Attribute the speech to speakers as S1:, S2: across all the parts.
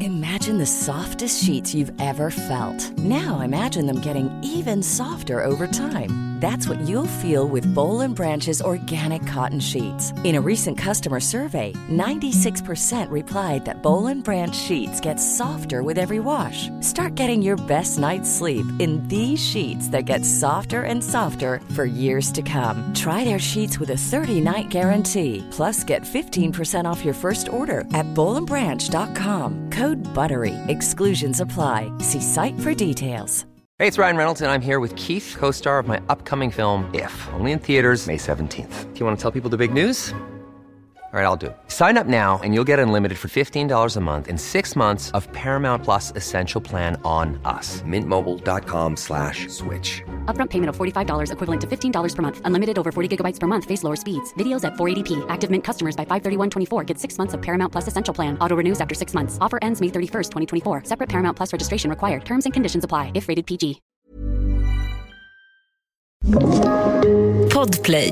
S1: Imagine the softest sheets you've ever felt. Now imagine them getting even softer over time. That's what you'll feel with Boll & Branch's organic cotton sheets. In a recent customer survey, 96% replied that Boll & Branch sheets get softer with every wash. Start getting your best night's sleep in these sheets that get softer and softer for years to come. Try their sheets with a 30-night guarantee. Plus, get 15% off your first order at bollandbranch.com. Code BUTTERY. Exclusions apply. See site for details.
S2: Hey, it's Ryan Reynolds, and I'm here with Keith, co-star of my upcoming film, If, only in theaters May 17th. Do you want to tell people the big news? All right, I'll do it. Sign up now and you'll get unlimited for $15 a month and 6 months of Paramount Plus Essential Plan on us. MintMobile.com/switch.
S3: Upfront payment of $45 equivalent to $15 per month. Unlimited over 40 gigabytes per month. Face lower speeds. Videos at 480p. Active Mint customers by 531.24 get 6 months of Paramount Plus Essential Plan. Auto renews after 6 months. Offer ends May 31st, 2024. Separate Paramount Plus registration required. Terms and conditions apply if rated PG.
S4: Podplay.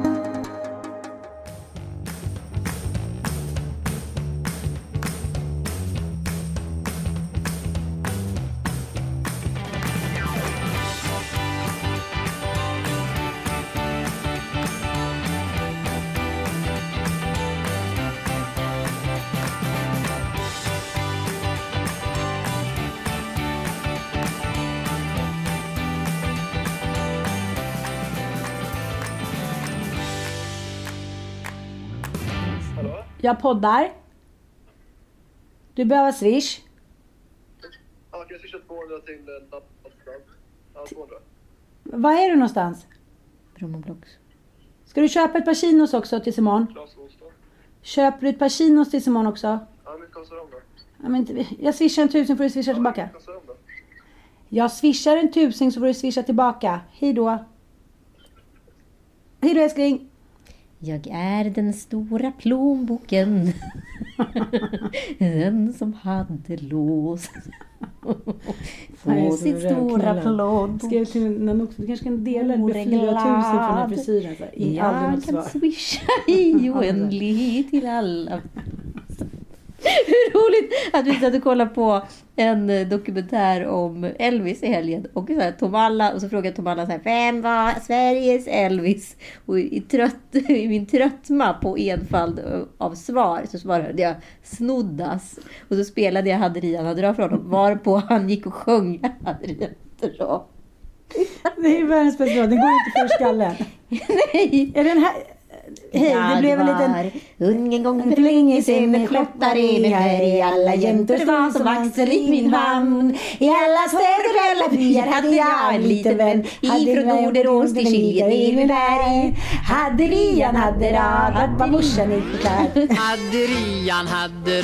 S5: Jag poddar. Du behöver swish.
S6: Ja, jag swishar 200 till Nattland. Ja, 200.
S5: Var är du någonstans?
S4: Brommablocks.
S5: Ska du köpa ett par chinos också tills imorgon?
S6: Klas Onsdag.
S5: Köper du ett par chinos tills imorgon också?
S6: Ja, men kostar de då?
S5: Ja, men jag swishar 1000 för du swishar tillbaka.
S6: Kostar de då?
S5: Jag swishar 1000 så får du swisha tillbaka. Hej då. Hej då älskling.
S4: Jag är den stora plånboken. Den som hade lås. Få sitt stora plånbok.
S5: Skrev till Nanox, du kanske kan dela det med 4000 för den här frisyren.
S4: Jag kan swisha i oändlighet till alla. Hur roligt att vi satt och kollade på en dokumentär om Elvis i helgen. Och så här, Tom Alla, och så frågade Tom Alla så här: vem var Sveriges Elvis? Och i min tröttma på enfald av svar så svarade jag Snoddas. Och så spelade jag Hade Rian hade dra från honom. Varpå han gick och sjöng Hade Rian hade dra.
S5: Det är världens bästa, den går inte för skallen.
S4: Nej.
S5: Är den här... Hej, det blev en liten...
S4: Ungen gång för länge sen flottade med här i alla jäntor var som Axel i min famn. I alla städer och alla byar hade jag en liten vän. Ifrån Norderås till Kiljen i Milberg. Hade Rian hade rad, var morsan inte klar.
S7: Hade Rian hade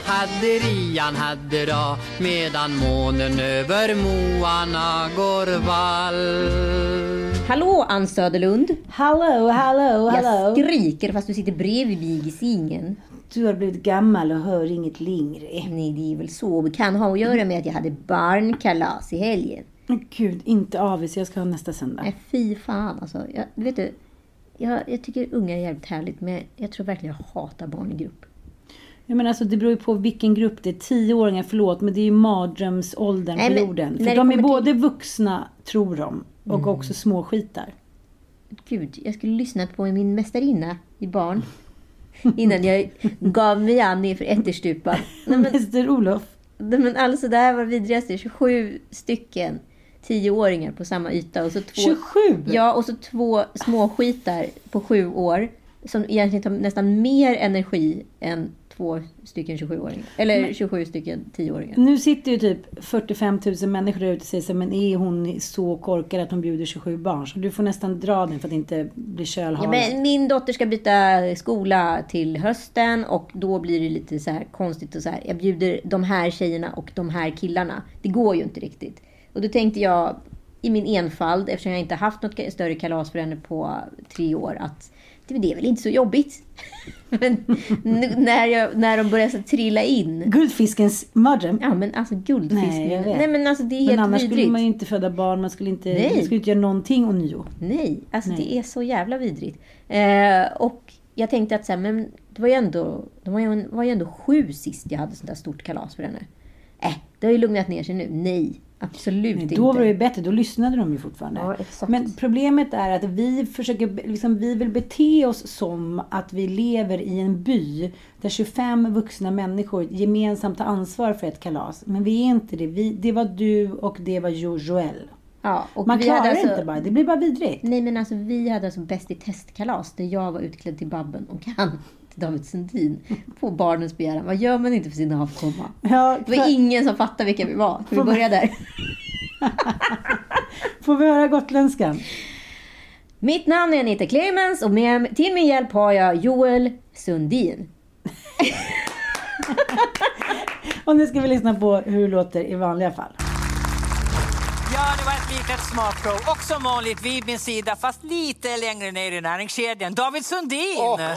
S7: rad, medan månen över moarna går vall.
S4: Hallå Ann Söderlund.
S5: Hallå.
S4: Jag skriker fast du sitter bredvid mig i singen.
S5: Du har blivit gammal och hör inget längre.
S4: Nej, det är väl så. Det kan ha att göra med att jag hade barnkalas i helgen.
S5: Men gud, inte avis. Jag ska ha nästa söndag.
S4: Nej, fy fan alltså. Jag tycker unga är jävligt härligt, men jag tror verkligen jag hatar barn i grupp.
S5: Ja, men alltså, det beror ju på vilken grupp det är. 10-åringar, förlåt, men det är ju mardrömsåldern på jorden. För de är både vuxna, tror de, och också småskitar.
S4: Gud, jag skulle lyssna på min mästarinna i barn innan jag gav mig an inför ätterstupan.
S5: Mäster Olof.
S4: Men alltså det här var vidrigaste. 27 stycken 10-åringar på samma yta. Och så
S5: 27?
S4: Ja, och så 2 småskitar på 7 år som egentligen tar nästan mer energi än 2 stycken 27-åringar. Eller 27 stycken 10-åringar.
S5: Nu sitter ju typ 45 000 människor där ute och säger, men är hon så korkad att hon bjuder 27 barn? Så du får nästan dra den för att inte bli kölhalad.
S4: Ja, men min dotter ska byta skola till hösten och då blir det lite så här konstigt och så här. Jag bjuder de här tjejerna och de här killarna. Det går ju inte riktigt. Och då tänkte jag i min enfald, eftersom jag inte haft något större kalas för henne på 3 år, att det är väl inte så jobbigt. Men när de börjar så trilla in.
S5: Guldfiskens mardröm.
S4: Ja, men alltså guldfisk. Nej, men alltså det är helt
S5: vidrigt. Men annars
S4: vidrigt.
S5: skulle man ju inte föda barn. Man skulle inte göra någonting ånyo.
S4: Nej, alltså det är så jävla vidrigt. Och jag tänkte att så här, men det var ju ändå 7 sist jag hade sånt där stort kalas för henne. Det har ju lugnat ner sig nu. Nej, absolut inte.
S5: Då var det ju bättre, då lyssnade de ju fortfarande.
S4: Ja, exakt.
S5: Men problemet är att vi vi vill bete oss som att vi lever i en by där 25 vuxna människor gemensamt tar ansvar för ett kalas. Men vi är inte det. Det var du och det var Joel.
S4: Ja, och
S5: man
S4: vi
S5: klarar
S4: hade
S5: inte bara, det blir bara vidrigt.
S4: Nej, men alltså vi hade alltså bäst i testkalas där jag var utklädd till Babben och han till David Sundin på barnens begäran. Vad gör man inte för sin avkomma? Ja, det var ingen som fattade vilka vi var. Vi började där.
S5: Får vi höra gotländskan?
S4: Mitt namn är Anita Clemens och till min hjälp har jag Joel Sundin.
S5: Och nu ska vi lyssna på hur det låter i vanliga fall.
S8: Ja, det var ett litet smakprov. Och som vanligt vid min sida, fast lite längre ner i näringskedjan. David Sundin!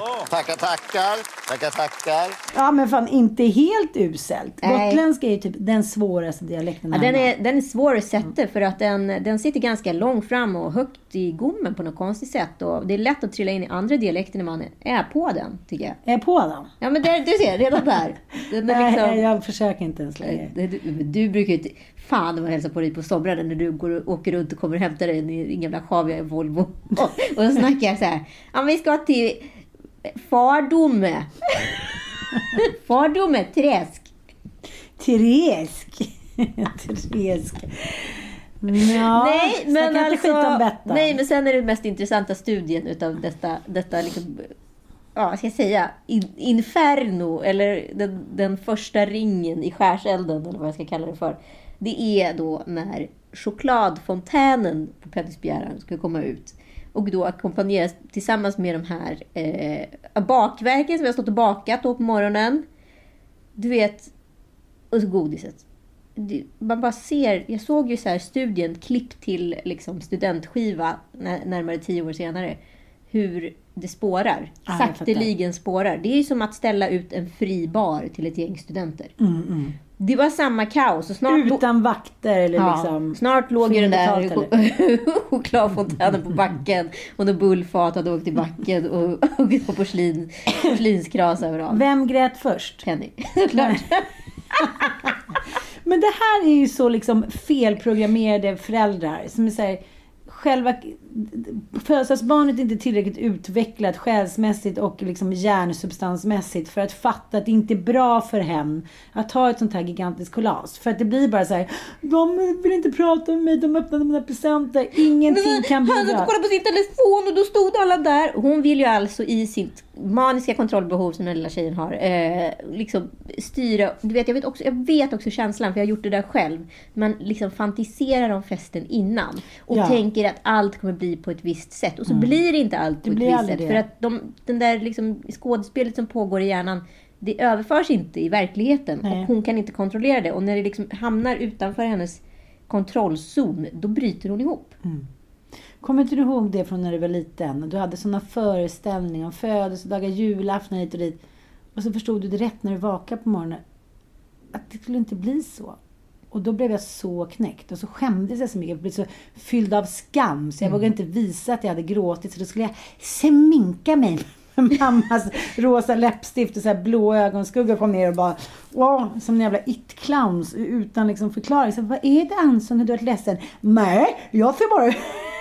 S6: Tackar.
S5: Ja, men fan inte helt uselt. Gotländska är ju typ den svåraste dialekten.
S4: Ja, den är svår att sätta för att den sitter ganska långt fram och högt i gommen på något konstigt sätt. Och det är lätt att trilla in i andra dialekter när man är på den, tycker jag.
S5: Är på den?
S4: Ja, men du ser, redan där.
S5: Nej, jag försöker inte ens längre.
S4: Du brukar ju inte... Fan, vad hälsar på dig på somrarna när du åker runt och kommer och hämtar dig i en jävla Chavia i Volvo. Och så snackar jag så här. Ja, vi ska till Fardome. Fardome, Träsk.
S5: Träsk. Ja,
S4: nej, men
S5: alltså,
S4: nej, men sen är det mest intressanta studien utav detta liksom, ja, ska jag säga inferno eller den första ringen i skärselden eller vad jag ska kalla det för. Det är då när chokladfontänen på Petters begäran ska komma ut och då ackompanjeras tillsammans med de här bakverken som jag har stått och bakat då på morgonen. Du vet, och så godiset. Man bara ser, jag såg ju så här studien klipp till liksom studentskiva närmare 10 år senare hur det spårar, sakteligen spårar. Det är ju som att ställa ut en fri bar till ett gäng studenter. Det var samma kaos och snart
S5: utan vakter eller liksom
S4: snart låg ju den där chokladfontänen på backen och när bullfat hade åkt i backen och på porslinsgras överallt.
S5: Vem grät först?
S4: Penny, såklart.
S5: Men det här är ju så liksom felprogrammerade föräldrar som är så här, själva födelsedagsbarnet är inte tillräckligt utvecklat själsmässigt och liksom hjärnsubstansmässigt för att fatta att det inte är bra för hem att ha ett sånt här gigantiskt kolas. För att det blir bara så här, de vill inte prata med mig, de öppnade mina presenter, ingenting kan bli bra.
S4: Han hade kollat på sin telefon och då stod alla där. Hon vill ju alltså i sitt maniska kontrollbehov som den lilla tjejen har liksom styra, du vet, jag vet också känslan för jag har gjort det där själv. Man liksom fantiserar om festen innan och tänker att allt kommer bli på ett visst sätt och så blir det inte allt på ett visst sätt för att den där liksom skådespelet som pågår i hjärnan, det överförs inte i verkligheten. Nej. Och hon kan inte kontrollera det och när det liksom hamnar utanför hennes kontrollzon, då bryter hon ihop.
S5: Kommer inte du ihåg det från när du var liten? Du hade såna föreställningar om födelsedagar, julafton hit och dit. Och så förstod du det rätt när du vakade på morgonen. Att det skulle inte bli så. Och då blev jag så knäckt. Och så skämdes jag så mycket. Jag blev så fylld av skam. Så jag vågade inte visa att jag hade gråtit. Så då skulle jag sminka mig med mammas rosa läppstift och så här blå ögonskugga kom ner och bara som en jävla it-clowns utan liksom förklaring. Så vad är det Anson? Har du varit ledsen? Nej, jag ser bara...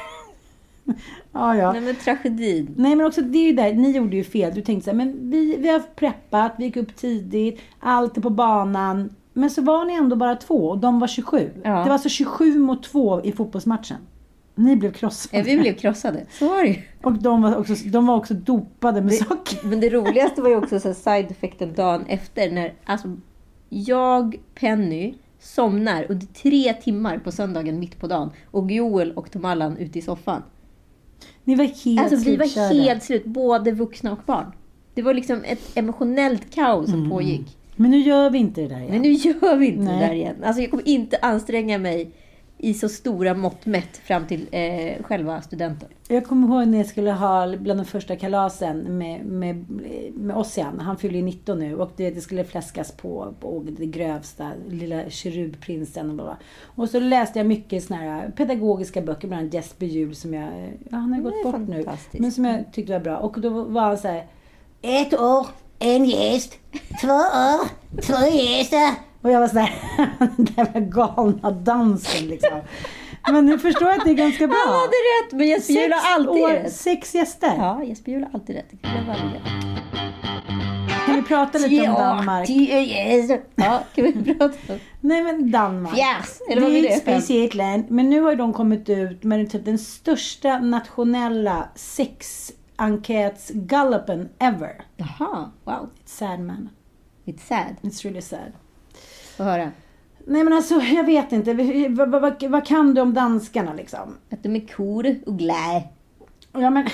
S4: Nej, men tragedin.
S5: Nej, men också det är ju där, ni gjorde ju fel. Du tänkte så här, men vi har preppat, vi gick upp tidigt, allt är på banan. Men så var ni ändå bara 2 och de var 27. Ja. Det var alltså 27-2 i fotbollsmatchen. Ni blev krossade.
S4: Ja, vi blev krossade. Så var det.
S5: Och de var också dopade med socker.
S4: Men det roligaste var ju också så side-effekten dagen efter när alltså Penny somnar under 3 timmar på söndagen mitt på dagen och Joel och Tom Allan ute i soffan.
S5: Ni var helt
S4: vi var helt slut, både vuxna och barn. Det var liksom ett emotionellt kaos som pågick.
S5: Men nu gör vi inte det där igen.
S4: Alltså jag kommer inte anstränga mig i så stora mått mätt fram till själva studenten.
S5: Jag kommer ihåg när jag skulle ha bland de första kalasen med Ossian. Han fyller ju 19 nu och det skulle fläskas på det grövsta, lilla kerubprinsen och bla. Och så läste jag mycket såna här pedagogiska böcker, bland annat Jesper Juhl som han har gått bort nu. Men som jag tyckte var bra. Och då var han så här, 1 år, 1 gäst. 2 år, 2 gäster. Och jag var sådär, den där galna dansen liksom. Men nu förstår jag att det är ganska bra.
S4: Han hade rätt, men Jesper Juhl har alltid rätt.
S5: 6 gäster.
S4: Ja, Jesper Juhl har alltid rätt.
S5: Kan vi prata lite om Danmark?
S4: Ja, kan vi prata om?
S5: Nej, men Danmark.
S4: Fjärs, eller vad
S5: det
S4: är
S5: är ett speciellt land. Men nu har de kommit ut med typ den största nationella sexenkätsgallupen ever.
S4: Jaha, wow.
S5: It's sad, man.
S4: It's sad.
S5: It's really sad.
S4: Få höra.
S5: Nej, men alltså, jag vet inte. Vad kan du om danskarna liksom?
S4: Att de är kor och glä.
S5: Ja, men...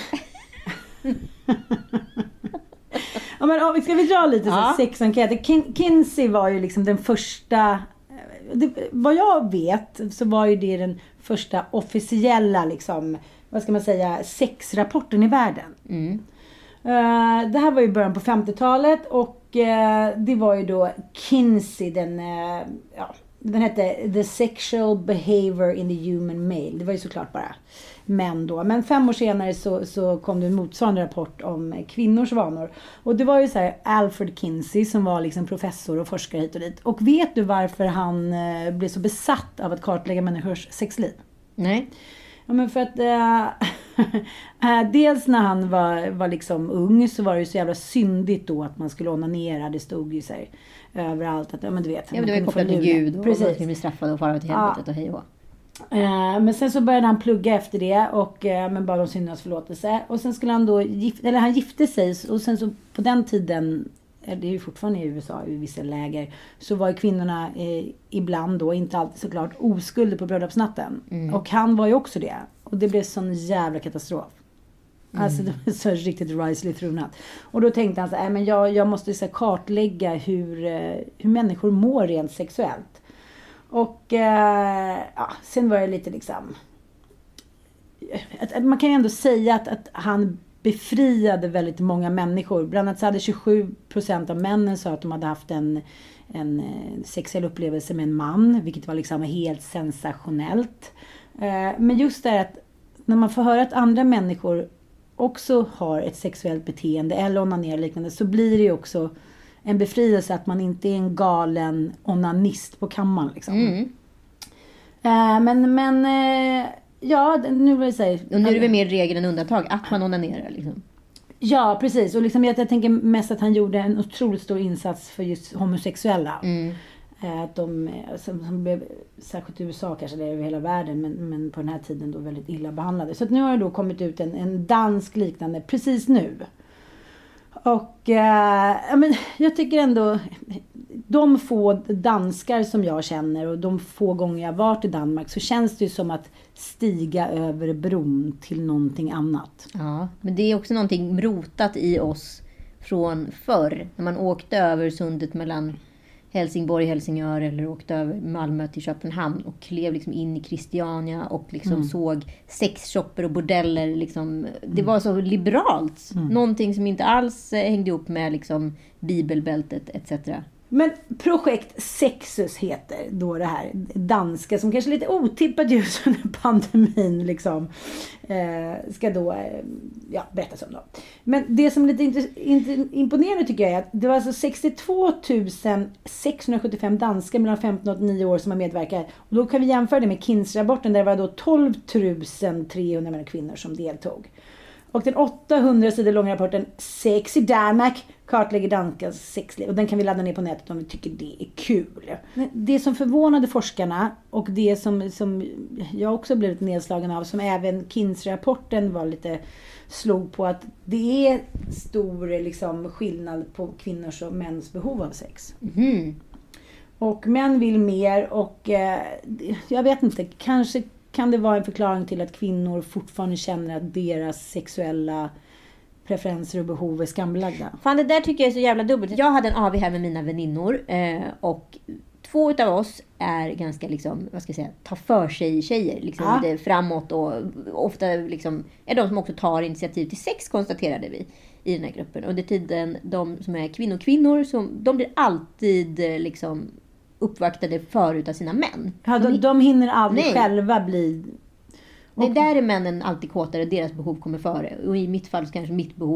S5: Ja, men ska vi dra lite så sexenkäter? Kinsey var ju liksom den första... vad jag vet så var ju det den första officiella liksom, vad ska man säga, sexrapporten i världen. Det här var ju början på 50-talet och det var ju då Kinsey, den hette The Sexual Behavior in the Human Male. Det var ju såklart bara män då. Men 5 år senare så kom det en motsvarande rapport om kvinnors vanor. Och det var ju så här Alfred Kinsey som var liksom professor och forskare hit och dit. Och vet du varför han blev så besatt av att kartlägga människors sexliv?
S4: Nej.
S5: Ja, men för att dels när han var liksom ung så var det ju så jävla syndigt då att man skulle onanera. Det stod ju så här överallt att, ja men du vet.
S4: Ja, men det var ju kopplat till Gud och
S5: precis.
S4: man skulle bli straffad och fara till helvetet och hej och.
S5: Men sen så började han plugga efter det och men bad om syndernas förlåtelse. Och sen skulle han då han gifte sig och sen så på den tiden, det är ju fortfarande i USA i vissa läger, så var ju kvinnorna ibland då, inte alltid såklart, oskulder på bröllopsnatten. Och han var ju också det. Och det blev sån jävla katastrof. Alltså det var så riktigt risely thrunat. Och då tänkte han så här, men jag måste så här kartlägga hur människor mår rent sexuellt. Och sen var det lite liksom... man kan ju ändå säga att han befriade väldigt många människor. Bland annat så hade 27% av männen sa att de hade haft en sexuell upplevelse med en man. Vilket var liksom helt sensationellt. Men just det att när man får höra att andra människor också har ett sexuellt beteende eller onanerar liknande, så blir det ju också en befrielse att man inte är en galen onanist på kammaren liksom. Men ja, nu vill jag säga...
S4: Och nu är det väl mer regel än undantag att man onanerar liksom.
S5: Ja, precis. Och liksom, jag tänker mest att han gjorde en otroligt stor insats för just homosexuella. Att de, som blev, särskilt i USA kanske, det är över hela världen, men på den här tiden då väldigt illa behandlade. Så att nu har det då kommit ut en dansk liknande precis nu. Och men jag tycker ändå, de få danskar som jag känner och de få gånger jag varit i Danmark, så känns det ju som att stiga över bron till någonting annat.
S4: Ja, men det är också någonting rotat i oss från förr. När man åkte över sundet mellan Helsingborg, Helsingör eller åkte över Malmö till Köpenhamn och klev liksom in i Christiania och liksom såg sexshopper och bordeller liksom. Det var så liberalt. Någonting som inte alls hängde ihop med liksom bibelbältet etc.
S5: Men projekt Sexus heter då det här danska, som kanske är lite otippat just under pandemin liksom, ska då berättas om då. Men det som är lite imponerande tycker jag är att det var alltså 62 675 danskar mellan 15 och 9 år som har medverkat. Och då kan vi jämföra det med Kinsey-rapporten där det var då 12 300 kvinnor som deltog. Och den 800 sidor långa rapporten Sex i Danmark kartlägger danskans sexliv. Och den kan vi ladda ner på nätet om vi tycker det är kul. Men det som förvånade forskarna och det som jag också blivit nedslagen av, som även Kinsey-rapporten var lite slog på, att det är stor liksom skillnad på kvinnors och mäns behov av sex. Och män vill mer och jag vet inte, kanske kan det vara en förklaring till att kvinnor fortfarande känner att deras sexuella preferenser och behov är skambelagda?
S4: Fan, det där tycker jag är så jävla dubbelt. Jag hade en AV här med mina väninnor och 2 utav oss är ganska liksom, vad ska jag säga, ta för sig tjejer liksom, lite framåt och ofta liksom är de som också tar initiativ till sex, konstaterade vi i den här gruppen. Under tiden de som är kvinnor som de blir alltid liksom uppvaktade förut av sina män.
S5: Ja, de hinner aldrig själva bli...
S4: Nej, där är männen alltid kåtare. Deras behov kommer före. Och i mitt fall så kanske mitt behov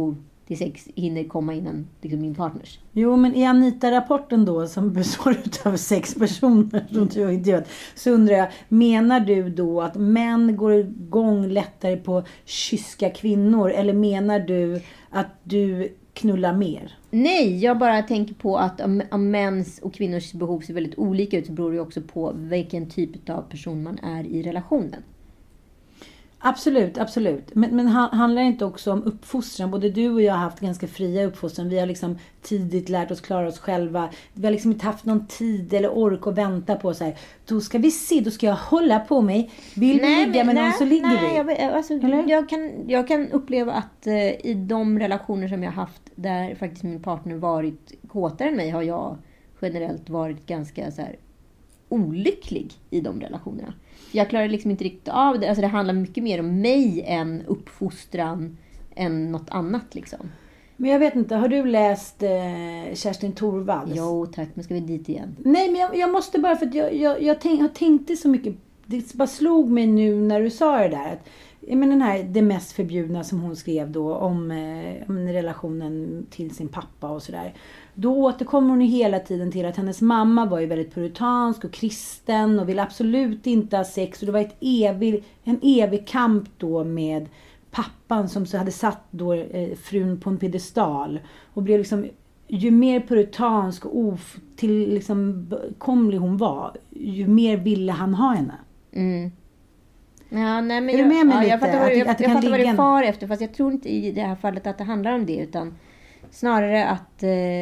S4: till sex hinner komma innan liksom, min partners.
S5: Jo, men i Anita-rapporten då, som består av 6 personer som du har intervjuat, så undrar jag, menar du då att män går igång lättare på kyska kvinnor, eller menar du att du knullar mer?
S4: Nej, jag bara tänker på att om mäns och kvinnors behov ser väldigt olika ut, så beror det också på vilken typ av person man är i relationen.
S5: Absolut, absolut. Men handlar det inte också om uppfostran? Både du och jag har haft ganska fria uppfostran. Vi har liksom tidigt lärt oss klara oss själva. Vi har liksom inte haft någon tid eller ork att vänta på så här. Då ska vi se, då ska jag hålla på mig. Vill vi ligga med någon så ligger vi.
S4: Jag kan uppleva att i de relationer som jag har haft där faktiskt min partner varit kåtare än mig, har jag generellt varit ganska så här olycklig i de relationerna. Jag klarar liksom inte riktigt av det. Alltså det handlar mycket mer om mig än uppfostran än något annat liksom.
S5: Men jag vet inte, har du läst Kerstin Thorvalds?
S4: Jo tack, men ska vi dit igen?
S5: Nej, men jag måste bara, för att jag tänkte så mycket. Det bara slog mig nu när du sa det där. Att, men den här Det mest förbjudna som hon skrev då om relationen till sin pappa och sådär. Då återkommer hon ju hela tiden till att hennes mamma var ju väldigt puritansk och kristen och ville absolut inte ha sex. Och det var en evig kamp då med pappan som så hade satt då frun på en pedestal. Och blev liksom, ju mer puritansk och komlig hon var, ju mer ville han ha henne. Mm.
S4: Ja, nej, men
S5: är du med mig lite?
S4: Jag fattar vad det far efter, fast jag tror inte i det här fallet att det handlar om det, utan snarare att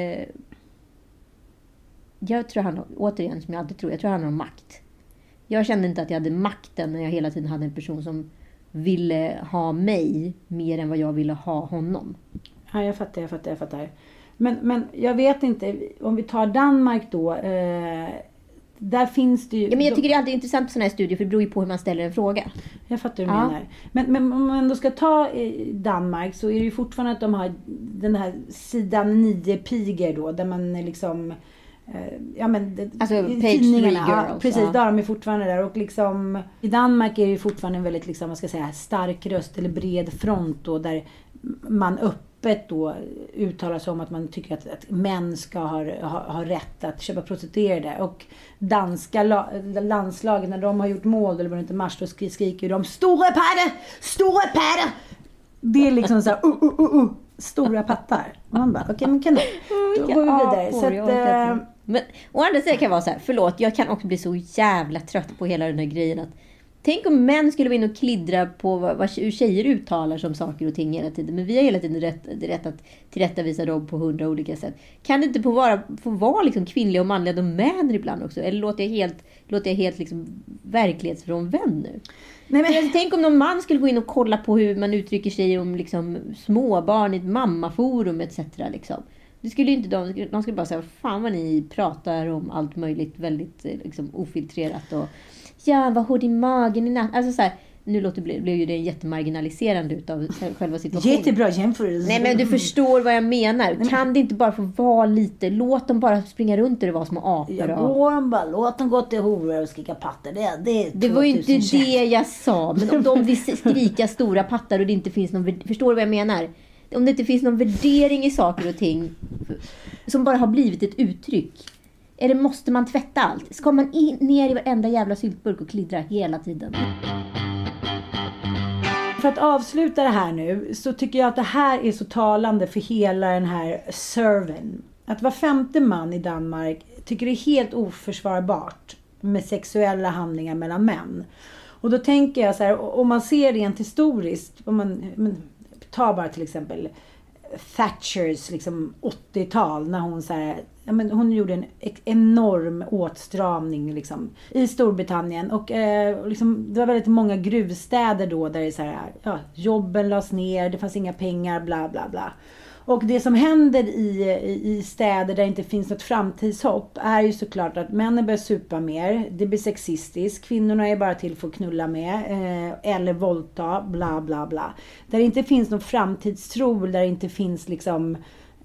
S4: jag tror han, återigen som jag alltid tror, jag tror han har makt. Jag kände inte att jag hade makten när jag hela tiden hade en person som ville ha mig mer än vad jag ville ha honom.
S5: Ja, jag fattar. Men jag vet inte, om vi tar Danmark då, där finns det ju...
S4: Ja, men jag tycker det är alltid intressant på sådana här studier, för det beror ju på hur man ställer en fråga.
S5: Jag fattar hur du menar. Men om man då ska ta Danmark, så är det ju fortfarande att de har den här sidan 9 piger då, där man liksom...
S4: alltså page 3 girls.
S5: Ja, precis, där de är fortfarande där. Och liksom, i Danmark är det ju fortfarande en väldigt liksom, vad ska jag säga, stark röst eller bred front då, där man öppet då uttalar sig om att man tycker att män ska ha rätt att köpa prostituerade. Och danska landslaget, när de har gjort mål eller var det inte match, då skriker de stora patter! Det är liksom så här, stora pattar. Och man bara, okej, men kan då går vi vidare. Så att,
S4: men å andra sidan kan jag vara så här, förlåt, jag kan också bli så jävla trött på hela den här grejen att tänk om män skulle vara in och klidra på vad tjejer uttalar som saker och ting hela tiden. Men vi har hela tiden rätt att tillrättavisa dem på 100 olika sätt. Kan det inte få vara liksom kvinnliga och manliga domäner ibland också? Eller låter jag helt liksom verklighetsfrånvänd nu? Nej, men tänk om någon man skulle gå in och kolla på hur man uttrycker sig om liksom småbarn i ett mammaforum etc. Liksom. Det skulle inte de skulle bara säga, fan vad ni pratar om allt möjligt väldigt liksom ofiltrerat och ja, vad hård i magen i natt. Alltså så här, nu blev ju det jättemarginaliserande utav själva situationen.
S5: Jättebra jämförelse.
S4: Nej, men du förstår vad jag menar. Kan det inte bara få vara lite, låt dem bara springa runt där det var små apor.
S5: Låt dem gå till horor och skrika pattar.
S4: Det var ju inte det jag sa. Men om de vill skrika stora pattar och det inte finns någon, förstår du vad jag menar? Om det inte finns någon värdering i saker och ting som bara har blivit ett uttryck. Eller måste man tvätta allt? Ska man ner i varenda jävla syltburk och klidra hela tiden?
S5: För att avsluta det här nu, så tycker jag att det här är så talande för hela den här serven. Att var 5:e man i Danmark tycker det är helt oförsvarbart med sexuella handlingar mellan män. Och då tänker jag så här, om man ser rent historiskt, om man tar bara till exempel Thatchers liksom 80-tal, när hon så här, hon gjorde en enorm åtstramning liksom i Storbritannien, och liksom, det var väldigt många gruvstäder då där det så här, jobben lades ner, det fanns inga pengar, bla bla bla. Och det som händer i städer där det inte finns något framtidshopp är ju såklart att männen börjar supa mer, det blir sexistiskt, kvinnorna är bara till för att knulla med eller våldta, bla bla bla. Där det inte finns någon framtidstro, där det inte finns liksom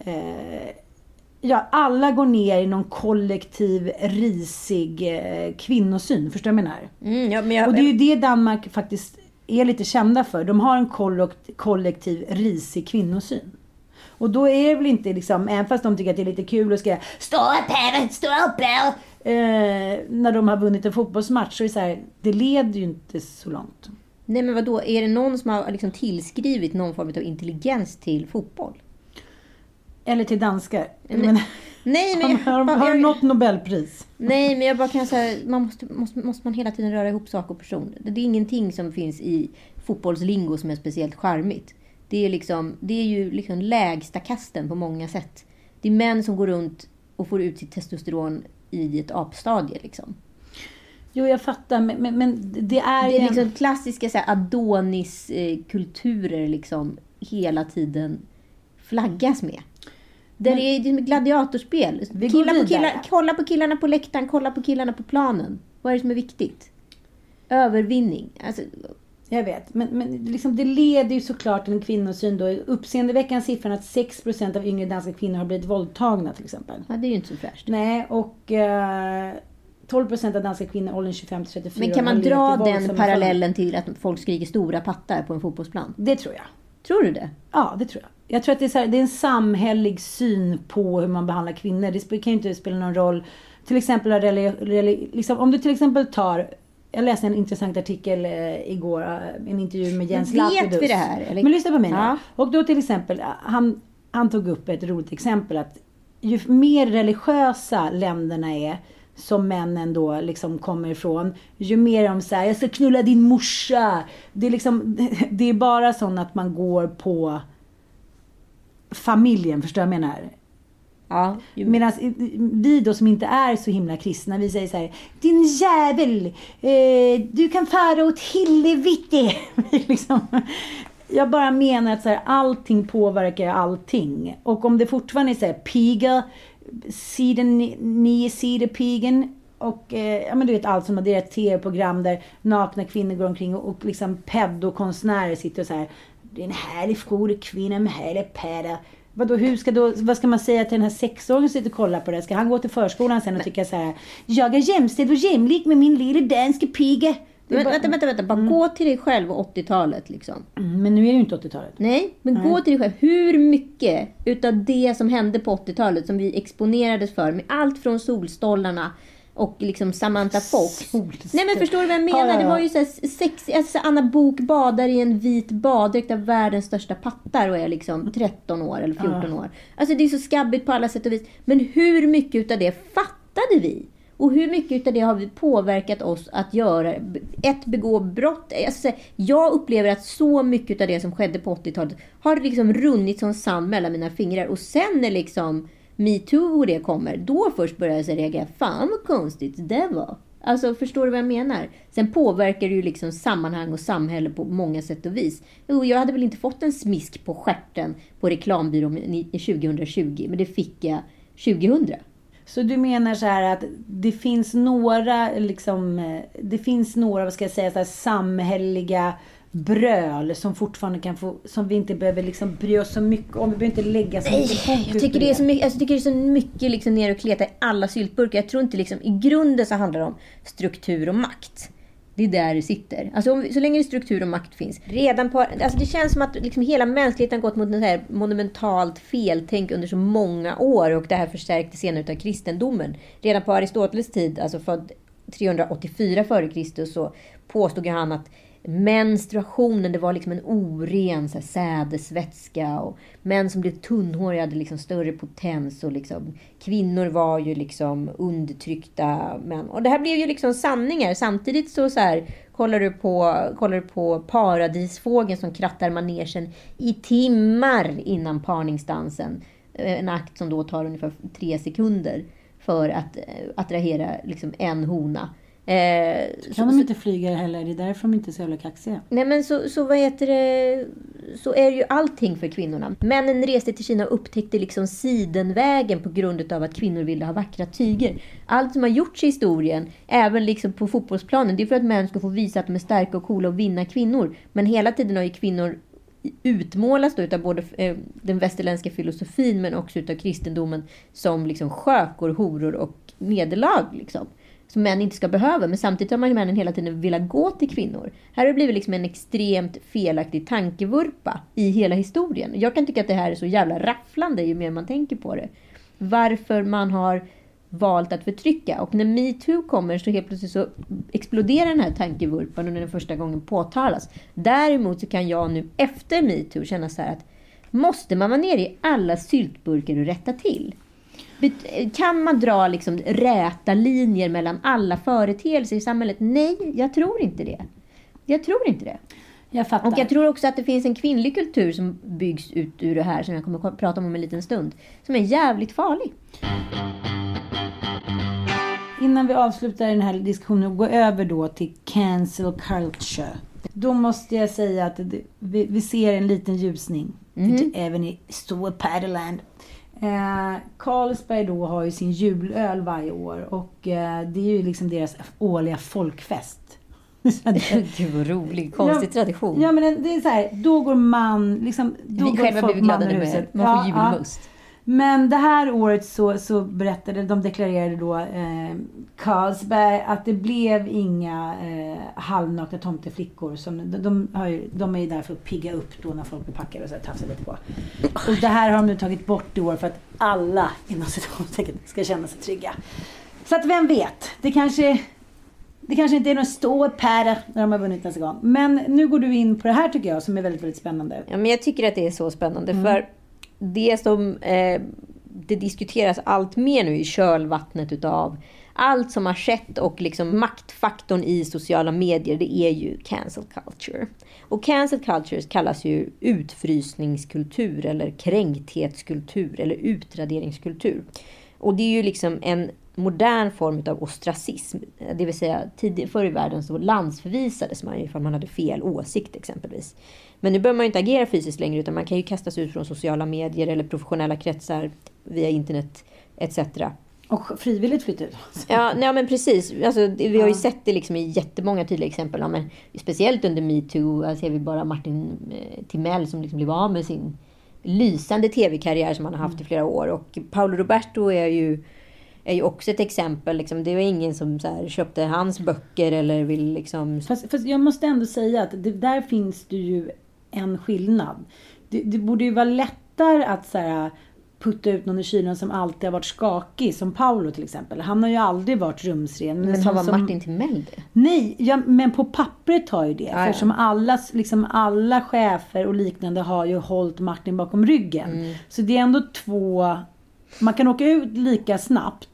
S5: alla går ner i någon kollektiv risig kvinnosyn, förstår du vad jag menar? Och det är ju det Danmark faktiskt är lite kända för. De har en kollektiv risig kvinnosyn. Och då är det väl inte liksom, även fast de tycker att det är lite kul att skriva stå upp här, när de har vunnit en fotbollsmatch, så är det så här, det leder ju inte så långt.
S4: Nej, men vadå? Är det någon som har liksom tillskrivit någon form av intelligens till fotboll?
S5: Eller till danskar.
S4: Nej, men
S5: har något Nobelpris?
S4: Nej, men jag bara kan säga, måste man hela tiden röra ihop sak och person. Det är ingenting som finns i fotbollslingo som är speciellt charmigt. Det är ju liksom lägsta kasten på många sätt. Det är män som går runt och får ut sitt testosteron i ett apstadie liksom.
S5: Jo, jag fattar, men det är
S4: det är liksom klassiska så här Adonis-kulturer liksom hela tiden flaggas med. Där är det gladiatorspel. Kolla på killarna på läktaren, kolla på killarna på planen. Vad är det som är viktigt? Övervinning. Alltså,
S5: jag vet, men liksom det leder ju såklart till en kvinnosyn då. Uppseendeväckande siffran att 6% av yngre danska kvinnor har blivit våldtagna till exempel.
S4: Ja, det är ju inte så fräscht.
S5: Nej, och 12% av danska kvinnor åldern 25-34.
S4: Men kan man dra den parallellen till att folk skriker stora pattar på en fotbollsplan?
S5: Det tror jag.
S4: Tror du det?
S5: Ja, det tror jag. Jag tror att det är en samhällig syn på hur man behandlar kvinnor. Det kan ju inte spela någon roll. Till exempel, liksom, om du till exempel tar... Jag läste en intressant artikel igår. En intervju med Jens Lapidus.
S4: Vet vi det här? Eller?
S5: Men lyssna på mig nu.
S4: Ja.
S5: Och då till exempel, han tog upp ett roligt exempel. Att ju mer religiösa länderna är, som männen då liksom kommer ifrån, ju mer de säger, jag ska knulla din morsa. Det är liksom, det är bara sån att man går på familjen, förstår jag menar.
S4: Ja.
S5: Medan vi då som inte är så himla kristna, vi säger så här: din jävel, du kan fara åt helvete. Liksom. Jag bara menar att så här, allting påverkar allting. Och om det fortfarande är så här, piga, sidan 9 sidor pigen, och ja, men du vet allt som har deras tv-program där nakna kvinnor går omkring och liksom pedokonstnärer sitter och så här, det är en härlig stor kvinna med härlig päda. Vad ska man säga till den här 6-åringen som sitter och kollar på det? Ska han gå till förskolan sen och tycka så här: jag är jämställd och jämlik med min lilla danska piga?
S4: Vänta. Bara gå till dig själv och 80-talet liksom.
S5: Men nu är det ju inte 80-talet.
S4: Nej, men gå till dig själv. Hur mycket utav det som hände på 80-talet som vi exponerades för, med allt från solstollarna och liksom Samantha Fox. Nej, men förstår du vad jag menar? Ja. Det var ju så här sexy, alltså Anna Bok badar i en vit baddräkt av världens största pattar och är liksom 13 år eller 14 år. Alltså det är så skabbigt på alla sätt och vis. Men hur mycket utav det fattade vi? Och hur mycket utav det har vi påverkat oss att göra? Begå brott. Alltså, jag upplever att så mycket av det som skedde på 80-talet har liksom runnit som sand mellan mina fingrar. Och sen när liksom MeToo och det kommer, då först börjar jag reagera. Fan vad konstigt det var. Alltså, förstår du vad jag menar? Sen påverkar det ju liksom sammanhang och samhälle på många sätt och vis. Jo, jag hade väl inte fått en smisk på stjärten på reklambyrån i 2020, men det fick jag 2000.
S5: Så du menar så här att det finns några liksom, vad ska jag säga, så här samhälleliga bröl som fortfarande kan få, som vi inte behöver liksom bry oss så mycket om. Vi behöver inte lägga så mycket fokus.
S4: Jag tycker det är så mycket, jag tycker det är så mycket liksom ner och kleta i alla syltburkar. Jag tror inte liksom, i grunden så handlar det om struktur och makt. Det är där det sitter. Alltså så länge struktur och makt finns. Redan på, alltså det känns som att liksom hela mänskligheten har gått mot ett här monumentalt feltänk under så många år. Och det här förstärktes senare av kristendomen. Redan på Aristoteles tid, alltså född 384 f.Kr. så påstod han att menstruationen, det var liksom en oren så här, sädesvätska, och män som blev tunnhåriga hade liksom större potens, och liksom kvinnor var ju liksom undertryckta män. Och det här blev ju liksom sanningar. Samtidigt så här, kollar du på paradisfågeln som krattar manegen i timmar innan parningsdansen. En akt som då tar ungefär 3 sekunder för att attrahera liksom en hona.
S5: Kan de inte flyga heller? Det är därför de inte är så jävla kaxiga.
S4: Nej, men så vad heter det? Så är ju allting för kvinnorna. Männen reste till Kina och upptäckte liksom sidenvägen på grund av att kvinnor ville ha vackra tyger. Allt som har gjorts i historien, även liksom på fotbollsplanen, det är för att män ska få visa att de är starka och coola och vinna kvinnor. Men hela tiden har ju kvinnor utmålas då utav både den västerländska filosofin men också utav kristendomen som liksom skökor, horor och nederlag liksom. som män inte ska behöva. Men samtidigt har man ju männen hela tiden velat gå till kvinnor. Här har det blivit liksom en extremt felaktig tankevurpa i hela historien. Jag kan tycka att det här är så jävla rafflande ju mer man tänker på det. Varför man har valt att förtrycka. Och när MeToo kommer så helt plötsligt så exploderar den här tankevurpan under den första gången påtalas. Däremot så kan jag nu efter MeToo känna så här att måste man vara nere i alla syltburkar och rätta till? Kan man dra liksom räta linjer mellan alla företeelser i samhället? Nej, jag tror inte det.
S5: Jag fattar.
S4: Och jag tror också att det finns en kvinnlig kultur som byggs ut ur det här, som jag kommer att prata om en liten stund, som är jävligt farlig.
S5: Innan vi avslutar den här diskussionen och går över då till cancel culture. Då måste jag säga att vi ser en liten ljusning. Även i Stora Padeland. Carlsberg då har ju sin julöl varje år. Och det är ju liksom deras årliga folkfest.
S4: Gud vad rolig, konstig tradition.
S5: Ja, men det är så här, då går man liksom, då
S4: vi
S5: går
S4: själva blir glada nu med. Man får julmust.
S5: Men det här året så berättade, de deklarerade då Carlsberg att det blev inga halvnakna tomteflickor. Som, de är ju där för att pigga upp då när folk blir packade och så tafsar lite på. Och det här har de nu tagit bort i år för att alla inom situationstecken ska känna sig trygga. Så att vem vet, det kanske inte är någon stor pärra när de har vunnit nästa gång. Men nu går du in på det här tycker jag som är väldigt, väldigt spännande.
S4: Ja, men jag tycker att det är så spännande för det som det diskuteras allt mer nu i kölvattnet utav allt som har skett och liksom maktfaktorn i sociala medier, det är ju cancel culture. Och cancel culture kallas ju utfrysningskultur eller kränkthetskultur eller utraderingskultur. Och det är ju liksom en modern form av ostracism. Det vill säga förr i världen så landsförvisades man ifall man hade fel åsikt exempelvis. Men nu behöver man ju inte agera fysiskt längre utan man kan ju kastas ut från sociala medier eller professionella kretsar via internet etc.
S5: Och frivilligt flytta ut.
S4: Ja, nej, men precis. Alltså, vi har ju sett det liksom i jättemånga tydliga exempel. Ja, men speciellt under MeToo ser vi bara Martin Timell som liksom blev av med sin lysande tv-karriär som han har haft i flera år. Och Paolo Roberto är ju också ett exempel. Liksom. Det var ingen som så här, köpte hans böcker eller vill liksom...
S5: Fast jag måste ändå säga att där finns det ju en skillnad. Det borde ju vara lättare att så här, putta ut någon i kylen som alltid har varit skakig. Som Paolo till exempel. Han har ju aldrig varit rumsren.
S4: Men han var Martin Timell det?
S5: Nej, men på pappret har ju det. För som alla chefer och liknande har ju hållit Martin bakom ryggen. Så det är ändå två... Man kan åka ut lika snabbt.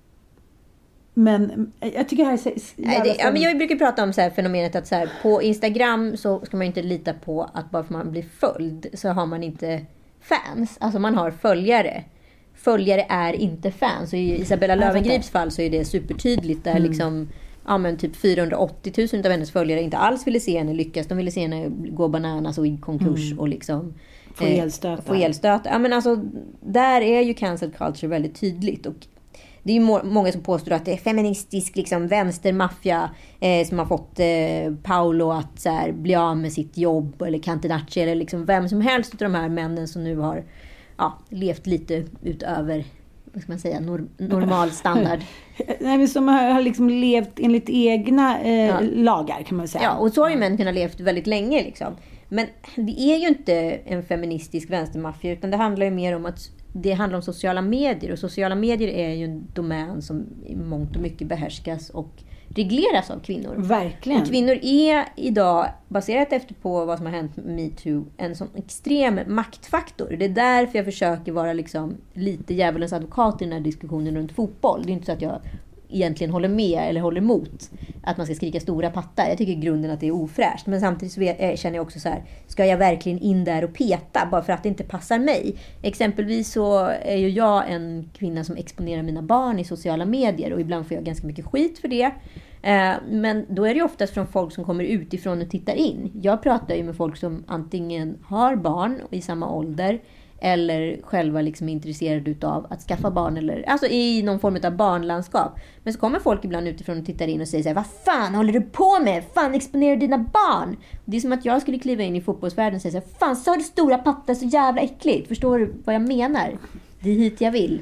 S5: Men jag tycker det här är
S4: men jag brukar prata om så här fenomenet att så här, på Instagram så ska man inte lita på att bara för man blir följd så har man inte fans. Alltså man har följare. Följare är inte fans. Och i Isabella Löwengrips fall så är det supertydligt där liksom typ 480 000 av hennes följare inte alls ville se henne lyckas. De ville se henne gå bananas och i konkurs och liksom
S5: få
S4: elstötar. Ja, men alltså, där är ju cancel culture väldigt tydligt. Och det är ju många som påstår att det är feministisk liksom, vänstermaffia som har fått Paolo att så här, bli av med sitt jobb eller Cantinacci eller liksom vem som helst av de här männen som nu har levt lite utöver vad ska man säga, normal standard.
S5: Nej, men som har liksom levt enligt egna lagar kan man säga.
S4: Ja, och så har ju män kunnat levt väldigt länge liksom. Men det är ju inte en feministisk vänstermaffia utan det handlar ju mer om att det handlar om sociala medier. Och sociala medier är ju en domän som i mångt och mycket behärskas och regleras av kvinnor.
S5: Verkligen.
S4: Och kvinnor är idag, baserat efter på vad som har hänt med MeToo, en sån extrem maktfaktor. Det är därför jag försöker vara liksom lite djävulens advokat i den här diskussionen runt fotboll. Det är inte så att jag egentligen håller med eller håller emot att man ska skrika stora pattar. Jag tycker i grunden att det är ofräscht. Men samtidigt så känner jag också så här, ska jag verkligen in där och peta bara för att det inte passar mig? Exempelvis så är ju jag en kvinna som exponerar mina barn i sociala medier och ibland får jag ganska mycket skit för det. Men då är det ju oftast från folk som kommer utifrån och tittar in. Jag pratar ju med folk som antingen har barn i samma ålder eller själva liksom är intresserade utav att skaffa barn eller alltså i någon form av barnlandskap. Men så kommer folk ibland utifrån och tittar in och säger så här: vad fan håller du på med? Fan, exponerar dina barn? Det är som att jag skulle kliva in i fotbollsvärlden och säga så här: fan, så har du stora pattar, så jävla äckligt. Förstår du vad jag menar? Det är hit jag vill.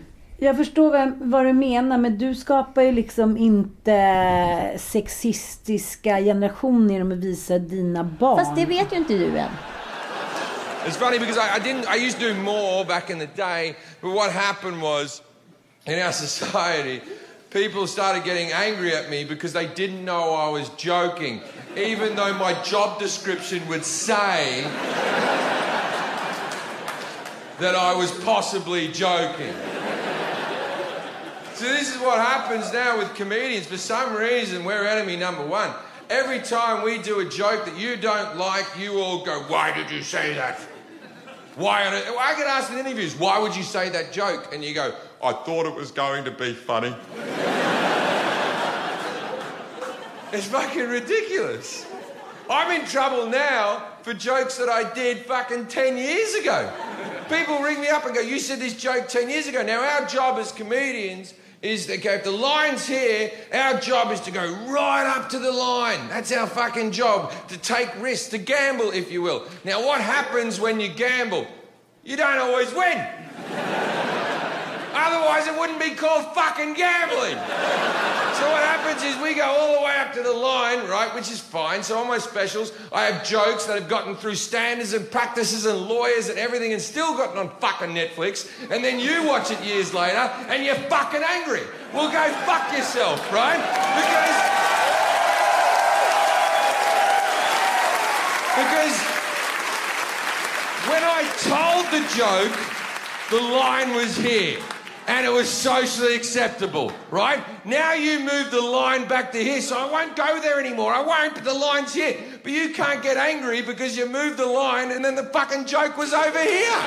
S5: Jag förstår vad du menar, men du skapar ju liksom inte sexistiska generationer genom att visa dina barn.
S4: Fast det vet ju inte du än.
S9: It's funny because I used to do more back in the day, but what happened was, in our society, people started getting angry at me because they didn't know I was joking, even though my job description would say that I was possibly joking. So this is what happens now with comedians. For some reason, we're enemy number one. Every time we do a joke that you don't like, you all go, why did you say that? Why? I get asked in interviews, why would you say that joke? And you go, I thought it was going to be funny. It's fucking ridiculous. I'm in trouble now for jokes that I did fucking 10 years ago. People ring me up and go, you said this joke 10 years ago. Now our job as comedians is to go, if the line's here, our job is to go right up to the line. That's our fucking job, to take risks, to gamble, if you will. Now, what happens when you gamble? You don't always win. Otherwise, it wouldn't be called fucking gambling. So what happens is we go all the way up to the line, right, which is fine. So on my specials, I have jokes that have gotten through standards and practices and lawyers and everything and still gotten on fucking Netflix. And then you watch it years later and you're fucking angry. Well, go fuck yourself, right? Because when I told the joke, the line was here. And it was socially acceptable, right? Now you move the line back to here, so I won't go there anymore. I won't, but the line's here. But you can't get angry because you moved the line and then the fucking joke was over here.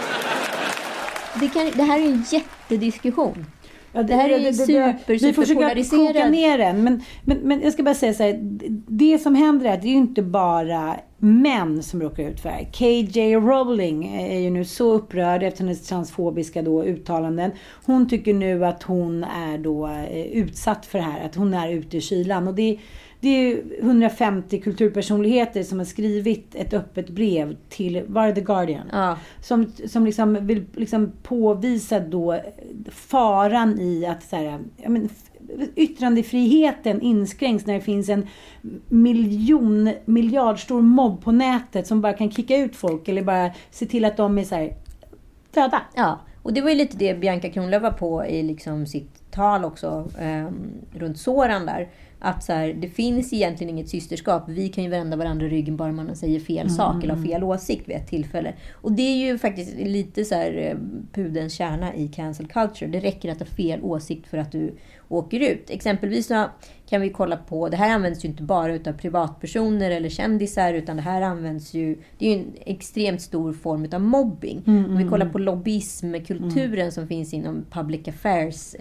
S4: Det här är en jättediskussion. Ja, det här är ju
S5: vi försöker koka ner den. Men jag ska bara säga så här, det som händer är att det är ju inte bara män som råkar ut för det här. KJ Rowling är ju nu så upprörd efter hennes transfobiska uttalanden. Hon tycker nu att hon är då utsatt för det här, att hon är ute i kylan. Och det är 150 kulturpersonligheter som har skrivit ett öppet brev till The Guardian. Ja. Som liksom vill liksom påvisa då faran i att så här, yttrandefriheten inskränks när det finns en miljardstor mobb på nätet som bara kan kicka ut folk eller bara se till att de är så här döda.
S4: Ja, och det var ju lite det Bianca Kronlöf var på i liksom sitt tal också runt Soran där. Att så här, det finns egentligen inget systerskap. Vi kan ju vända varandra ryggen bara man säger fel sak eller har fel åsikt vid ett tillfälle. Och det är ju faktiskt lite så här pudens kärna i cancel culture. Det räcker att ha fel åsikt för att du åker ut. Exempelvis så kan vi kolla på, det här används ju inte bara utav privatpersoner eller kändisar, utan det här används ju, det är ju en extremt stor form av mobbing. Om vi kollar på lobbyismkulturen som finns inom public affairs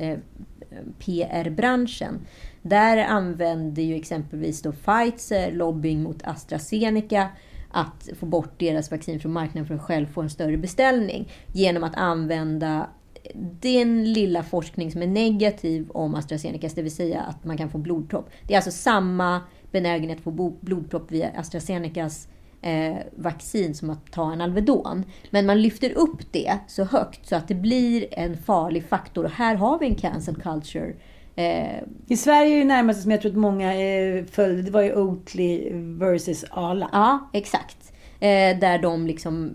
S4: PR-branschen. Där använder ju exempelvis då Pfizer lobbying mot AstraZeneca att få bort deras vaccin från marknaden för att själv få en större beställning genom att använda den lilla forskning som är negativ om AstraZeneca, det vill säga att man kan få blodpropp. Det är alltså samma benägenhet att få blodpropp via AstraZenecas vaccin som att ta en Alvedon. Men man lyfter upp det så högt så att det blir en farlig faktor. Och här har vi en cancel culture.
S5: I Sverige är det närmast som jag tror att många följde. Det var ju Oatly versus Arla.
S4: Ja, exakt. Där de liksom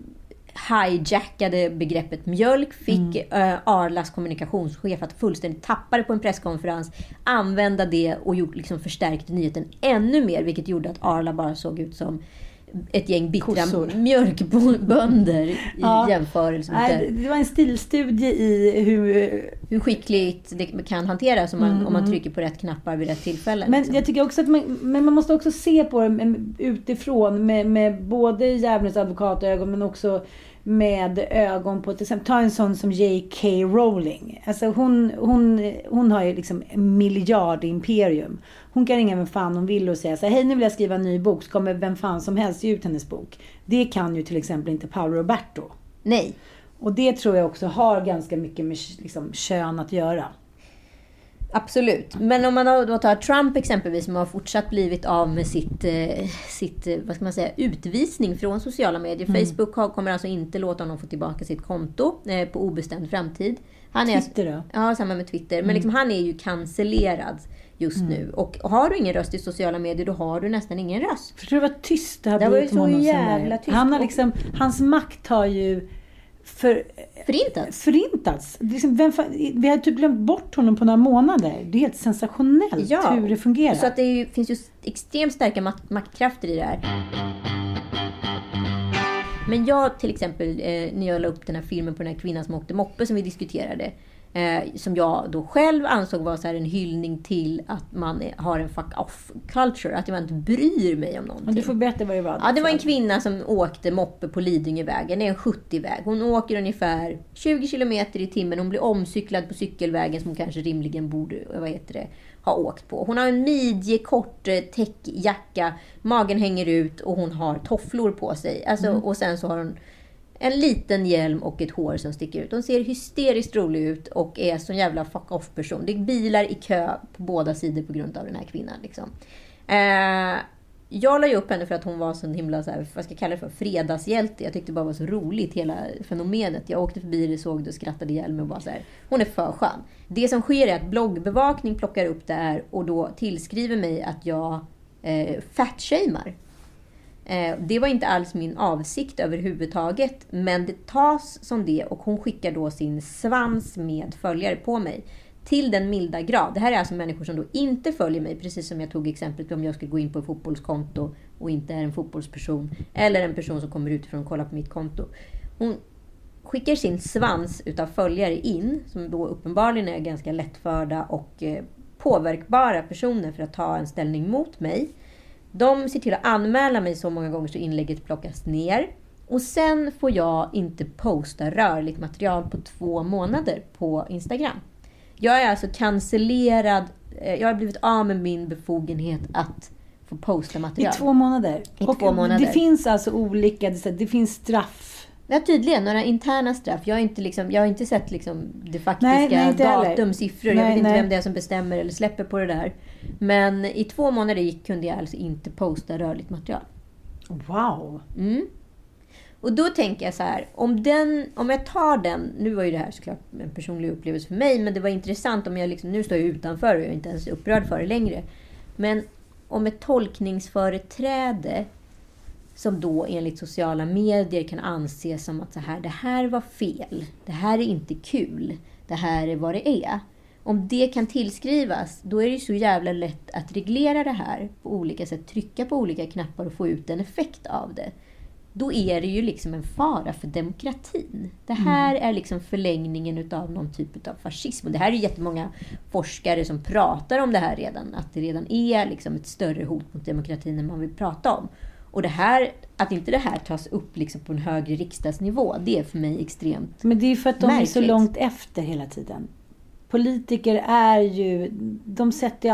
S4: hijackade begreppet mjölk, fick Arlas kommunikationschef att fullständigt tappa det på en presskonferens, använda det och liksom förstärkte nyheten ännu mer, vilket gjorde att Arla bara såg ut som ett gäng bittra mjölkbönder i jämförelse med
S5: det var en stilstudie i
S4: hur skickligt det kan hanteras om man trycker på rätt knappar vid rätt tillfälle.
S5: Men
S4: liksom.
S5: Jag tycker också att man måste också se på det utifrån med både djävulens advokatögon men också med ögon på till exempel, ta en sån som J.K. Rowling. Alltså hon har ju liksom en miljardimperium. Hon kan ringa vem fan hon vill och säga så här, hej nu vill jag skriva en ny bok, så kommer vem fan som helst ge ut hennes bok. Det kan ju till exempel inte Paolo Roberto.
S4: Nej.
S5: Och det tror jag också har ganska mycket med liksom kön att göra.
S4: Absolut. Men om man då tar Trump exempelvis, som har fortsatt blivit av med sitt vad ska man säga, utvisning från sociala medier. Facebook kommer alltså inte låta honom få tillbaka sitt konto på obestämd framtid.
S5: Twitter då?
S4: Ja, samma med Twitter. Men liksom, han är ju cancellerad just nu. Och har du ingen röst i sociala medier, då har du nästan ingen röst.
S5: Förstår du vad tyst det har
S4: blivit
S5: blivit om honom?
S4: Jävla tyst.
S5: Han har liksom, hans makt har ju förintats. Vi har typ glömt bort honom på några månader. Det är helt sensationellt hur det fungerar.
S4: Så att finns ju extremt starka maktkrafter i det här. Men jag till exempel, när jag la upp den här filmen på den här kvinnan som åkte moppe som vi diskuterade, som jag då själv ansåg var så här en hyllning till att man har en fuck off culture, att man inte bryr mig om någonting.
S5: Men du får berätta vad det var.
S4: Ja, det var en kvinna som åkte moppe på Lidingövägen. Det är en 70-väg. Hon åker ungefär 20 kilometer i timmen. Hon blir omcyklad på cykelvägen som hon kanske rimligen borde ha åkt på. Hon har en midjekort täckjacka, magen hänger ut och hon har tofflor på sig. Alltså, och sen så har hon en liten hjälm och ett hår som sticker ut. Hon ser hysteriskt rolig ut och är sån jävla fuck off person. Det är bilar i kö på båda sidor på grund av den här kvinnan. Liksom. Jag la ju upp henne för att hon var så himla, så här, vad ska jag kalla det för, fredagshjälte. Jag tyckte det bara var så roligt, hela fenomenet. Jag åkte förbi det, såg det och skrattade ihjäl mig och bara så här, hon är för skön. Det som sker är att bloggbevakning plockar upp det här och då tillskriver mig att jag fatshamear. Det var inte alls min avsikt överhuvudtaget, men det tas som det, och hon skickar då sin svans med följare på mig till den milda grad. Det här är alltså människor som då inte följer mig, precis som jag tog exemplet om jag skulle gå in på ett fotbollskonto och inte är en fotbollsperson, eller en person som kommer utifrån och kollar på mitt konto. Hon skickar sin svans utav följare in, som då uppenbarligen är ganska lättförda och påverkbara personer för att ta en ställning mot mig. De ser till att anmäla mig så många gånger så inlägget plockas ner. Och sen får jag inte posta rörligt material på 2 månader på Instagram. Jag är alltså cancellerad. Jag har blivit av med min befogenhet att få posta material.
S5: I 2 månader?
S4: I 2 månader.
S5: Det finns alltså olika, det finns straff.
S4: Ja, tydligen. Några interna straff. Jag har inte sett liksom det faktiska datumsiffror. Jag vet inte vem det är som bestämmer eller släpper på det där. Men i 2 månader kunde jag alltså inte posta rörligt material.
S5: Wow!
S4: Och då tänker jag så här, om jag tar den, nu var ju det här såklart en personlig upplevelse för mig, men det var intressant om jag liksom, nu står jag utanför och jag är inte ens upprörd för det längre. Men om ett tolkningsföreträde som då enligt sociala medier kan anses som att så här, det här var fel, det här är inte kul, det här är vad det är. Om det kan tillskrivas, då är det ju så jävla lätt att reglera det här på olika sätt, trycka på olika knappar och få ut en effekt av det. Då är det ju liksom en fara för demokratin. Det här är liksom förlängningen utav någon typ av fascism. Och det här är jättemånga forskare som pratar om det här redan. Att det redan är liksom ett större hot mot demokratin än man vill prata om. Och det här, att inte det här tas upp liksom på en högre riksdagsnivå, det är för mig extremt.
S5: Men det är för att de märkligt. Är så långt efter hela tiden. Politiker är ju, de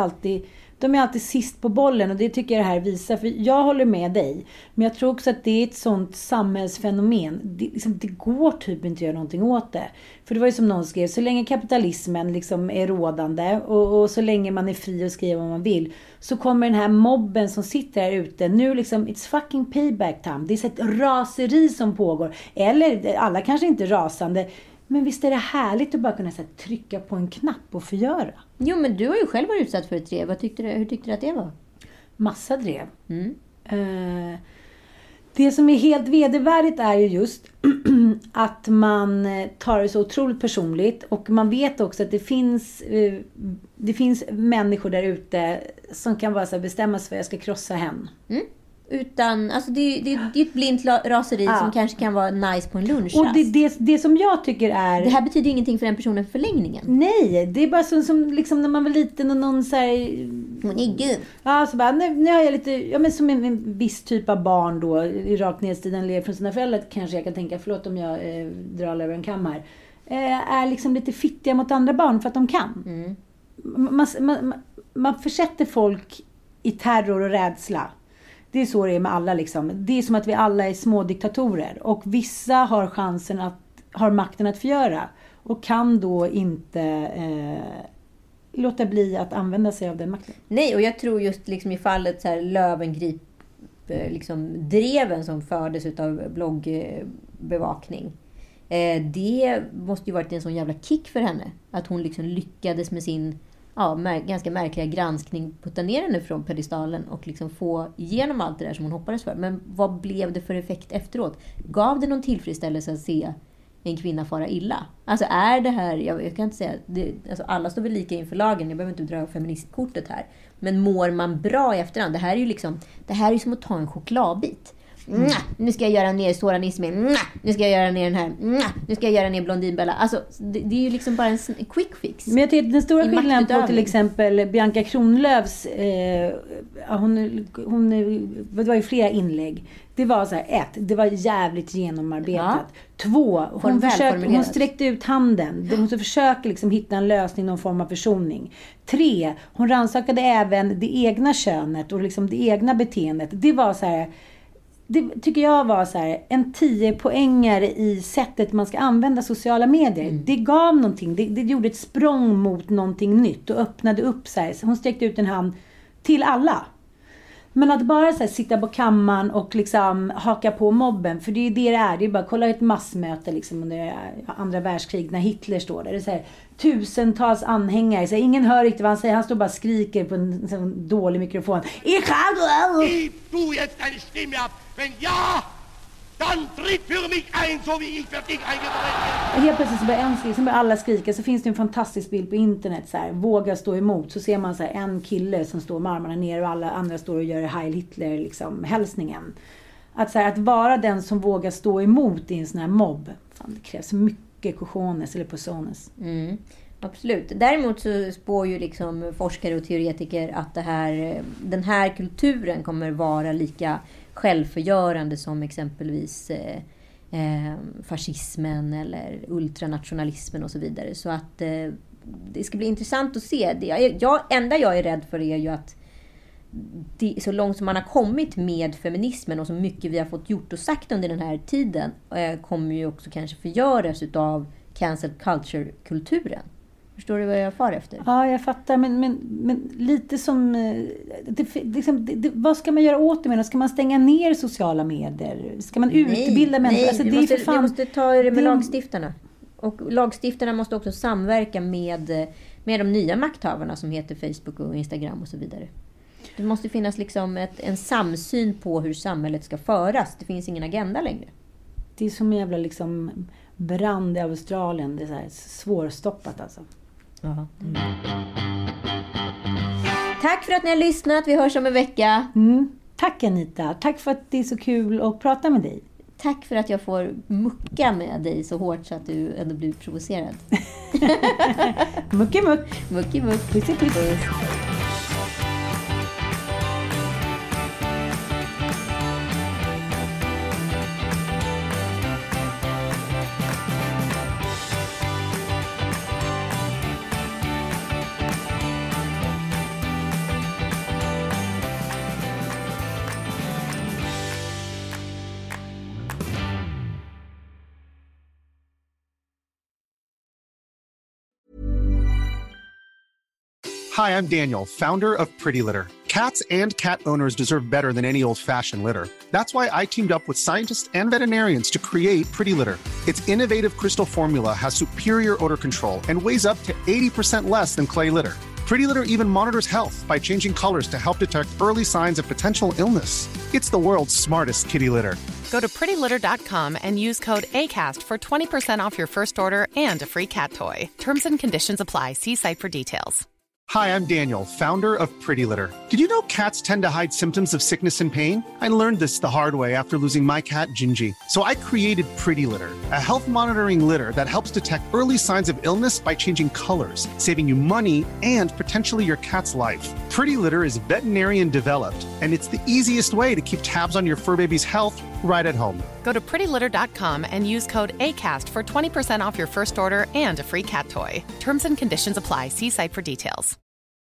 S5: är alltid sist på bollen, och det tycker jag det här visar. För jag håller med dig, men jag tror också att det är ett sånt samhällsfenomen. Det går typ inte att göra någonting åt det. För det var ju som någon skrev, så länge kapitalismen liksom är rådande och så länge man är fri att skriva vad man vill, så kommer den här mobben som sitter här ute nu liksom, it's fucking payback time. Det är ett raseri som pågår. Eller alla kanske inte rasande. Men visst är det härligt att bara kunna trycka på en knapp och förgöra.
S4: Jo, men du har ju själv varit utsatt för ett drev. Hur tyckte du att det var?
S5: Massa drev. Det som är helt vedervärdigt är ju just att man tar det så otroligt personligt. Och man vet också att det finns människor där ute som kan bara bestämma sig för att jag ska krossa hen.
S4: Utan, alltså det är ett blint raseri som kanske kan vara nice på en lunchrast.
S5: Och det som jag tycker är...
S4: Det här betyder ingenting för den personen för förlängningen.
S5: Nej, det är bara som liksom när man var liten och någon så här...
S4: Hon är gud.
S5: Ja, så bara, nu har jag lite... Ja, men som en viss typ av barn då, i rakt nedstiden lever från sina föräldrar, kanske jag kan tänka, förlåt om jag drar över en kam här, är liksom lite fittiga mot andra barn för att de kan. Man försätter folk i terror och rädsla. Det är så det är med alla liksom. Det är som att vi alla är små diktatorer. Och vissa har makten att förgöra. Och kan då inte låta bli att använda sig av den makten.
S4: Nej, och jag tror just liksom i fallet så här Löwengrip liksom dreven som fördes utav bloggbevakning. Det måste ju varit en sån jävla kick för henne. Att hon liksom lyckades med sin ganska märkliga granskning putta ner henne från pedestalen och liksom få igenom allt det där som hon hoppades för. Men vad blev det för effekt efteråt? Gav det någon tillfredsställelse att se en kvinna fara illa? Alltså är det här, jag kan inte säga, alltså alla står väl lika inför lagen, jag behöver inte dra feministkortet här. Men mår man bra i efterhand? Det här är ju som att ta en chokladbit. Nu ska jag göra ner Soranismen. Nu ska jag göra ner den här. Nu ska jag göra ner Blondinbella. Alltså, det är ju liksom bara en quick fix.
S5: Men jag tycker den stora skillnaden på till exempel Bianca Kronlöfs det var ju flera inlägg. Det var så här, 1, det var jävligt genomarbetat. 2, hon sträckte ut handen. Hon försöker liksom hitta en lösning, någon form av försoning. 3, hon rannsakade även det egna könet och liksom det egna beteendet. Det var så här, det tycker jag var så här, en 10-poängare i sättet man ska använda sociala medier. Det gav någonting. Det gjorde ett språng mot någonting nytt och öppnade upp så här. Så hon sträckte ut en hand till alla. Men att bara så här, sitta på kammaren och liksom haka på mobben, för det är det är. Det är bara kolla ett massmöte liksom under andra världskrig när Hitler står där. Det är så här, tusentals anhängare. Så här, ingen hör riktigt vad han säger. Han står bara och skriker på en sån dålig mikrofon.
S10: Gib du jetzt deine Stimme ab. Wenn ja, dann tritt für mich ein, så wie ich für dich eingetreten.
S5: Helt plötsligt så börjar alla skrika. Så finns det en fantastisk bild på internet. Så här, våga stå emot. Så ser man så här, en kille som står med armarna ner och alla andra står och gör Heil Hitler liksom, hälsningen. Att, så här, att vara den som vågar stå emot i en sån här mobb. Fan, det krävs mycket cojones eller persones.
S4: Absolut. Däremot så spår ju liksom forskare och teoretiker att den här kulturen kommer vara lika självförgörande som exempelvis fascismen eller ultranationalismen och så vidare. Så att det ska bli intressant att se. Enda jag är rädd för är ju att så långt som man har kommit med feminismen och så mycket vi har fått gjort och sagt under den här tiden kommer ju också kanske förgöras utav cancel culture-kulturen. Förstår du vad jag far efter?
S5: Ja, jag fattar. Men lite som... vad ska man göra åt det med? Ska man stänga ner sociala medier? Ska man utbilda människor?
S4: Nej,
S5: alltså,
S4: vi måste ta det med lagstiftarna. Och lagstiftarna måste också samverka med de nya makthavarna som heter Facebook och Instagram och så vidare. Det måste finnas liksom en samsyn på hur samhället ska föras. Det finns ingen agenda längre.
S5: Det är som en jävla liksom brand i Australien. Det är så här svårstoppat alltså.
S4: Tack för att ni har lyssnat. Vi hörs om en vecka.
S5: Tack Anita. Tack för att det är så kul att prata med dig.
S4: Tack för att jag får mucka med dig så hårt så att du ändå blir provocerad.
S5: Mucki muck.
S4: Mucki muck.
S5: Pussy puss.
S11: Hi, I'm Daniel, founder of Pretty Litter. Cats and cat owners deserve better than any old-fashioned litter. That's why I teamed up with scientists and veterinarians to create Pretty Litter. Its innovative crystal formula has superior odor control and weighs up to 80% less than clay litter. Pretty Litter even monitors health by changing colors to help detect early signs of potential illness. It's the world's smartest kitty litter.
S12: Go to prettylitter.com and use code ACAST for 20% off your first order and a free cat toy. Terms and conditions apply. See site for details.
S11: Hi, I'm Daniel, founder of Pretty Litter. Did you know cats tend to hide symptoms of sickness and pain? I learned this the hard way after losing my cat, Gingy. So I created Pretty Litter, a health monitoring litter that helps detect early signs of illness by changing colors, saving you money and potentially your cat's life. Pretty Litter is veterinarian developed, and it's the easiest way to keep tabs on your fur baby's health right at home.
S12: Go to prettylitter.com and use code ACAST for 20% off your first order and a free cat toy. Terms and conditions apply. See site for details.